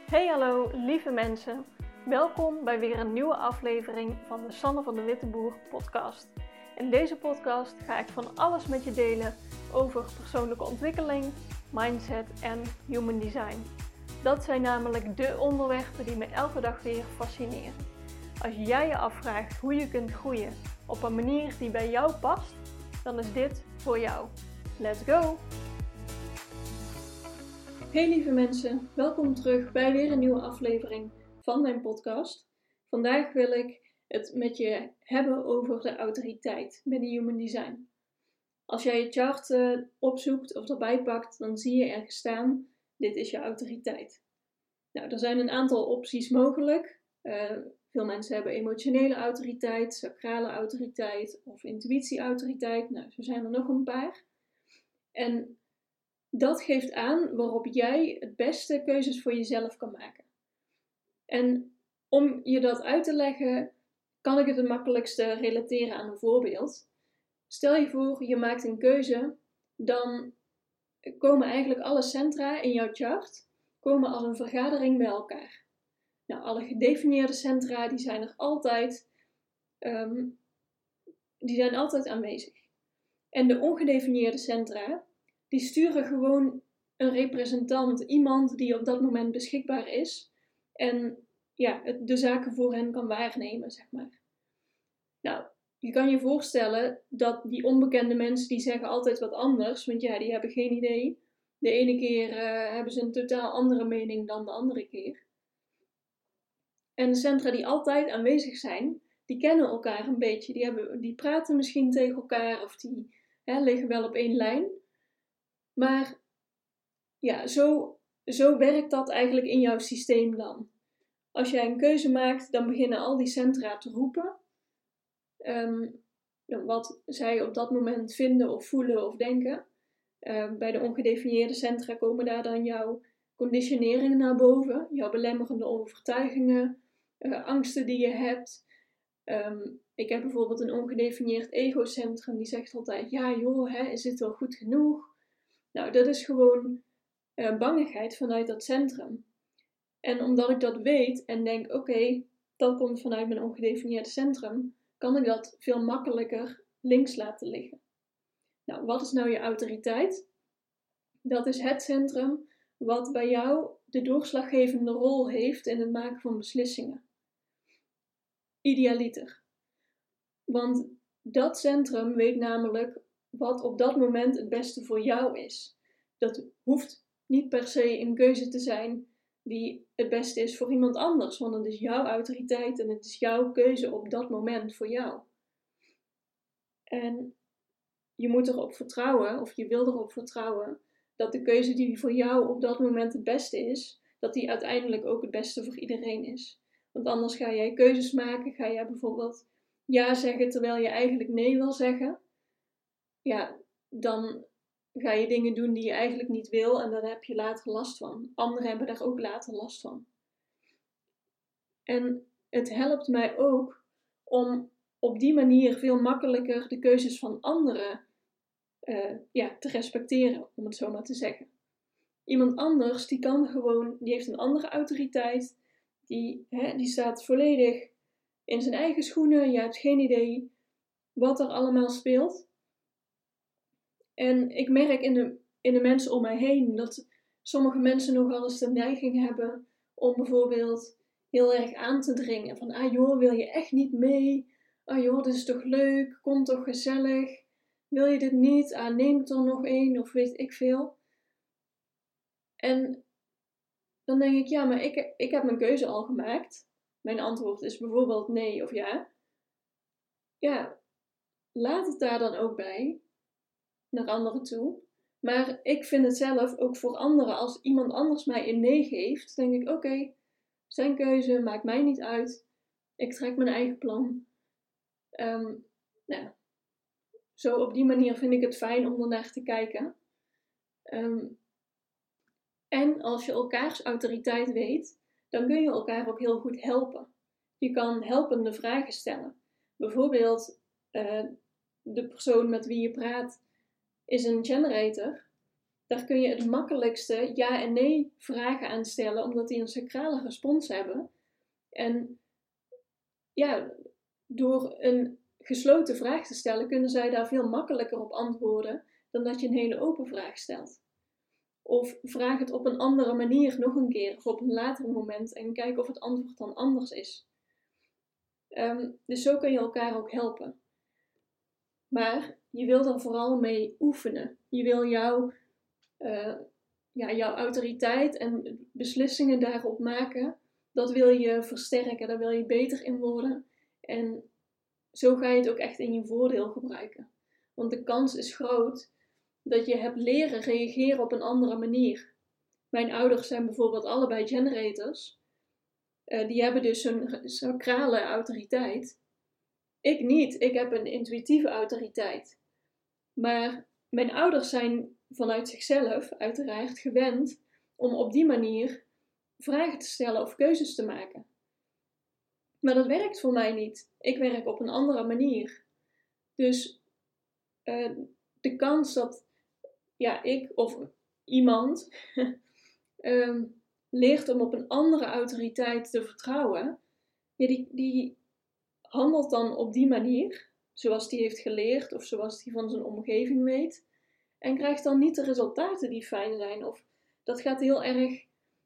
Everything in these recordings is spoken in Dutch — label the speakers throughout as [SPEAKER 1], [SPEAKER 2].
[SPEAKER 1] Hey hallo lieve mensen, welkom bij weer een nieuwe aflevering van de Sanne van de Witteboer podcast. In deze podcast ga ik van alles met je delen over persoonlijke ontwikkeling, mindset en human design. Dat zijn namelijk de onderwerpen die me elke dag weer fascineren. Als jij je afvraagt hoe je kunt groeien op een manier die bij jou past, dan is dit voor jou. Let's go! Hey lieve mensen, welkom terug bij weer een nieuwe aflevering van mijn podcast. Vandaag wil ik het met je hebben over de autoriteit binnen Human Design. Als jij je chart opzoekt of erbij pakt, dan zie je ergens staan, dit is je autoriteit. Nou, er zijn een aantal opties mogelijk. Veel mensen hebben emotionele autoriteit, sacrale autoriteit of intuïtieautoriteit. Nou, zo zijn er nog een paar. En dat geeft aan waarop jij het beste keuzes voor jezelf kan maken. En om je dat uit te leggen, kan ik het makkelijkste relateren aan een voorbeeld. Stel je voor, je maakt een keuze, dan komen eigenlijk alle centra in jouw chart komen als een vergadering bij elkaar. Nou, alle gedefinieerde centra die zijn er altijd, aanwezig. En de ongedefinieerde centra, die sturen gewoon een representant, iemand die op dat moment beschikbaar is en de zaken voor hen kan waarnemen, zeg maar. Nou, je kan je voorstellen dat die onbekende mensen, die zeggen altijd wat anders, want ja, die hebben geen idee. De ene keer hebben ze een totaal andere mening dan de andere keer. En de centra die altijd aanwezig zijn, die kennen elkaar een beetje. Die praten misschien tegen elkaar of die liggen wel op één lijn. Maar ja, zo werkt dat eigenlijk in jouw systeem dan. Als jij een keuze maakt, dan beginnen al die centra te roepen. Wat zij op dat moment vinden of voelen of denken. Bij de ongedefinieerde centra komen daar dan jouw conditioneringen naar boven. Jouw belemmerende overtuigingen, angsten die je hebt. Ik heb bijvoorbeeld een ongedefinieerd egocentrum die zegt altijd, ja joh, is dit wel goed genoeg? Nou, dat is gewoon bangigheid vanuit dat centrum. En omdat ik dat weet en denk, oké, dat komt vanuit mijn ongedefinieerde centrum, kan ik dat veel makkelijker links laten liggen. Nou, wat is nou je autoriteit? Dat is het centrum wat bij jou de doorslaggevende rol heeft in het maken van beslissingen. Idealiter. Want dat centrum weet namelijk wat op dat moment het beste voor jou is. Dat hoeft niet per se een keuze te zijn die het beste is voor iemand anders, want het is jouw autoriteit en het is jouw keuze op dat moment voor jou. En je moet erop vertrouwen, of je wil erop vertrouwen, dat de keuze die voor jou op dat moment het beste is, dat die uiteindelijk ook het beste voor iedereen is. Want anders ga jij keuzes maken, ga jij bijvoorbeeld ja zeggen terwijl je eigenlijk nee wil zeggen. Ja, dan ga je dingen doen die je eigenlijk niet wil en daar heb je later last van. Anderen hebben daar ook later last van. En het helpt mij ook om op die manier veel makkelijker de keuzes van anderen te respecteren, om het zo maar te zeggen. Iemand anders, die heeft een andere autoriteit, die staat volledig in zijn eigen schoenen, je hebt geen idee wat er allemaal speelt. En ik merk in de mensen om mij heen dat sommige mensen nogal eens de neiging hebben om bijvoorbeeld heel erg aan te dringen. Van, ah joh, wil je echt niet mee? Ah joh, dit is toch leuk? Kom toch gezellig? Wil je dit niet? Ah, neem er nog één of weet ik veel. En dan denk ik, ja, maar ik heb mijn keuze al gemaakt. Mijn antwoord is bijvoorbeeld nee of ja. Ja, laat het daar dan ook bij. Naar anderen toe. Maar ik vind het zelf ook voor anderen, als iemand anders mij een nee geeft, denk ik, oké, zijn keuze maakt mij niet uit. Ik trek mijn eigen plan. Zo op die manier vind ik het fijn om ernaar te kijken. En als je elkaars autoriteit weet, dan kun je elkaar ook heel goed helpen. Je kan helpende vragen stellen. Bijvoorbeeld, de persoon met wie je praat is een generator. Daar kun je het makkelijkste ja en nee vragen aan stellen, omdat die een sacrale respons hebben. En ja, door een gesloten vraag te stellen, kunnen zij daar veel makkelijker op antwoorden dan dat je een hele open vraag stelt. Of vraag het op een andere manier nog een keer of op een later moment en kijk of het antwoord dan anders is. Dus zo kun je elkaar ook helpen. Maar je wil er vooral mee oefenen. Je wil jouw autoriteit en beslissingen daarop maken, dat wil je versterken, daar wil je beter in worden. En zo ga je het ook echt in je voordeel gebruiken. Want de kans is groot dat je hebt leren reageren op een andere manier. Mijn ouders zijn bijvoorbeeld allebei generators. Die hebben dus een sacrale autoriteit. Ik niet, ik heb een intuïtieve autoriteit. Maar mijn ouders zijn vanuit zichzelf uiteraard gewend om op die manier vragen te stellen of keuzes te maken. Maar dat werkt voor mij niet. Ik werk op een andere manier. Dus de kans dat ik of iemand leert om op een andere autoriteit te vertrouwen, die handelt dan op die manier, zoals die heeft geleerd of zoals die van zijn omgeving weet, en krijgt dan niet de resultaten die fijn zijn. Of dat gaat heel erg...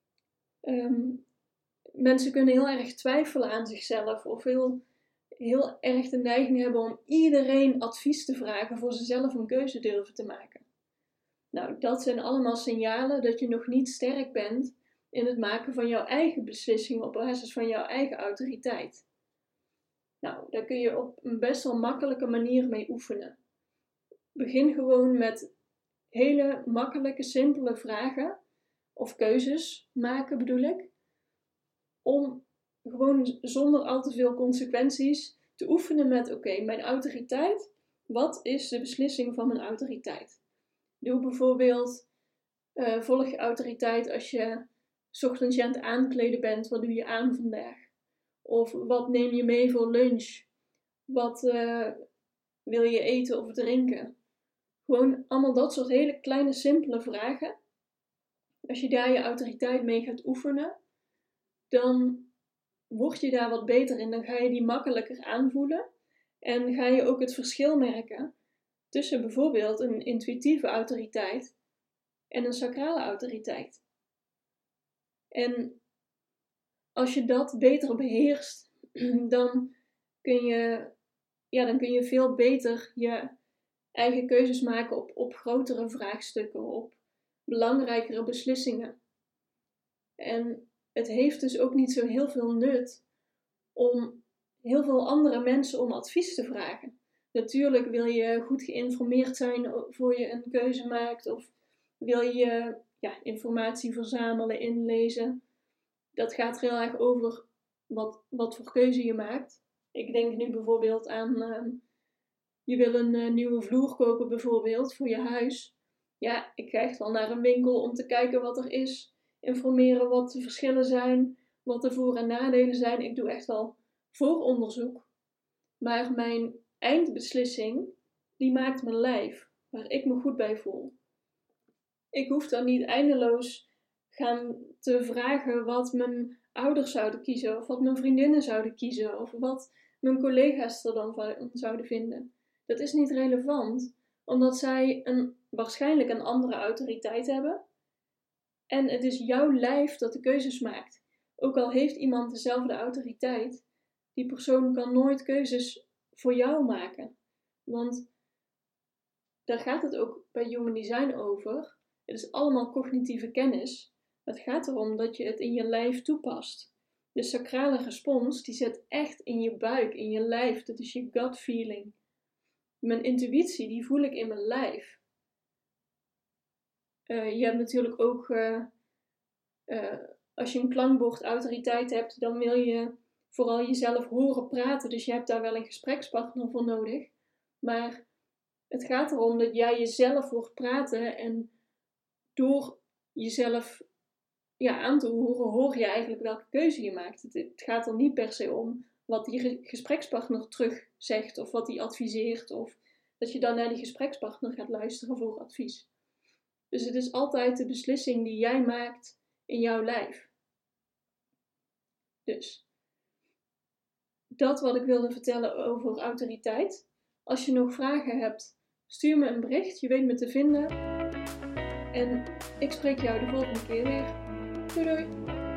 [SPEAKER 1] mensen kunnen heel erg twijfelen aan zichzelf of heel erg de neiging hebben om iedereen advies te vragen voor ze zelf een keuze durven te maken. Nou, dat zijn allemaal signalen dat je nog niet sterk bent in het maken van jouw eigen beslissingen op basis van jouw eigen autoriteit. Nou, daar kun je op een best wel makkelijke manier mee oefenen. Begin gewoon met hele makkelijke, simpele vragen of keuzes maken bedoel ik. Om gewoon zonder al te veel consequenties te oefenen met oké, mijn autoriteit, wat is de beslissing van mijn autoriteit? Doe bijvoorbeeld, volg je autoriteit als je 's ochtends aan het aankleden bent, wat doe je aan vandaag? Of wat neem je mee voor lunch? Wat wil je eten of drinken? Gewoon allemaal dat soort hele kleine simpele vragen. Als je daar je autoriteit mee gaat oefenen, dan word je daar wat beter in. Dan ga je die makkelijker aanvoelen. En ga je ook het verschil merken tussen bijvoorbeeld een intuïtieve autoriteit en een sacrale autoriteit. En als je dat beter beheerst, dan kun je veel beter je eigen keuzes maken op grotere vraagstukken, op belangrijkere beslissingen. En het heeft dus ook niet zo heel veel nut om heel veel andere mensen om advies te vragen. Natuurlijk wil je goed geïnformeerd zijn voor je een keuze maakt, of wil je informatie verzamelen, inlezen. Dat gaat er heel erg over wat voor keuze je maakt. Ik denk nu bijvoorbeeld aan, je wil een nieuwe vloer kopen bijvoorbeeld voor je huis. Ja, ik ga echt wel naar een winkel om te kijken wat er is. Informeren wat de verschillen zijn, wat de voor- en nadelen zijn. Ik doe echt wel vooronderzoek. Maar mijn eindbeslissing, die maakt mijn lijf, waar ik me goed bij voel. Ik hoef dan niet eindeloos gaan te vragen wat mijn ouders zouden kiezen, of wat mijn vriendinnen zouden kiezen, of wat mijn collega's er dan van zouden vinden. Dat is niet relevant, omdat zij waarschijnlijk een andere autoriteit hebben. En het is jouw lijf dat de keuzes maakt. Ook al heeft iemand dezelfde autoriteit, die persoon kan nooit keuzes voor jou maken. Want daar gaat het ook bij Human Design over. Het is allemaal cognitieve kennis. Het gaat erom dat je het in je lijf toepast. De sacrale respons, die zit echt in je buik, in je lijf. Dat is je gut feeling. Mijn intuïtie, die voel ik in mijn lijf. Je hebt natuurlijk ook, als je een klankbord autoriteit hebt, dan wil je vooral jezelf horen praten. Dus je hebt daar wel een gesprekspartner voor nodig. Maar het gaat erom dat jij jezelf hoort praten en door jezelf aan te horen, hoor je eigenlijk welke keuze je maakt. Het gaat er niet per se om wat die gesprekspartner terug zegt of wat die adviseert of dat je dan naar die gesprekspartner gaat luisteren voor advies. Dus het is altijd de beslissing die jij maakt in jouw lijf. Dus, dat wat ik wilde vertellen over autoriteit. Als je nog vragen hebt, stuur me een bericht. Je weet me te vinden. En ik spreek jou de volgende keer weer. Doei doei!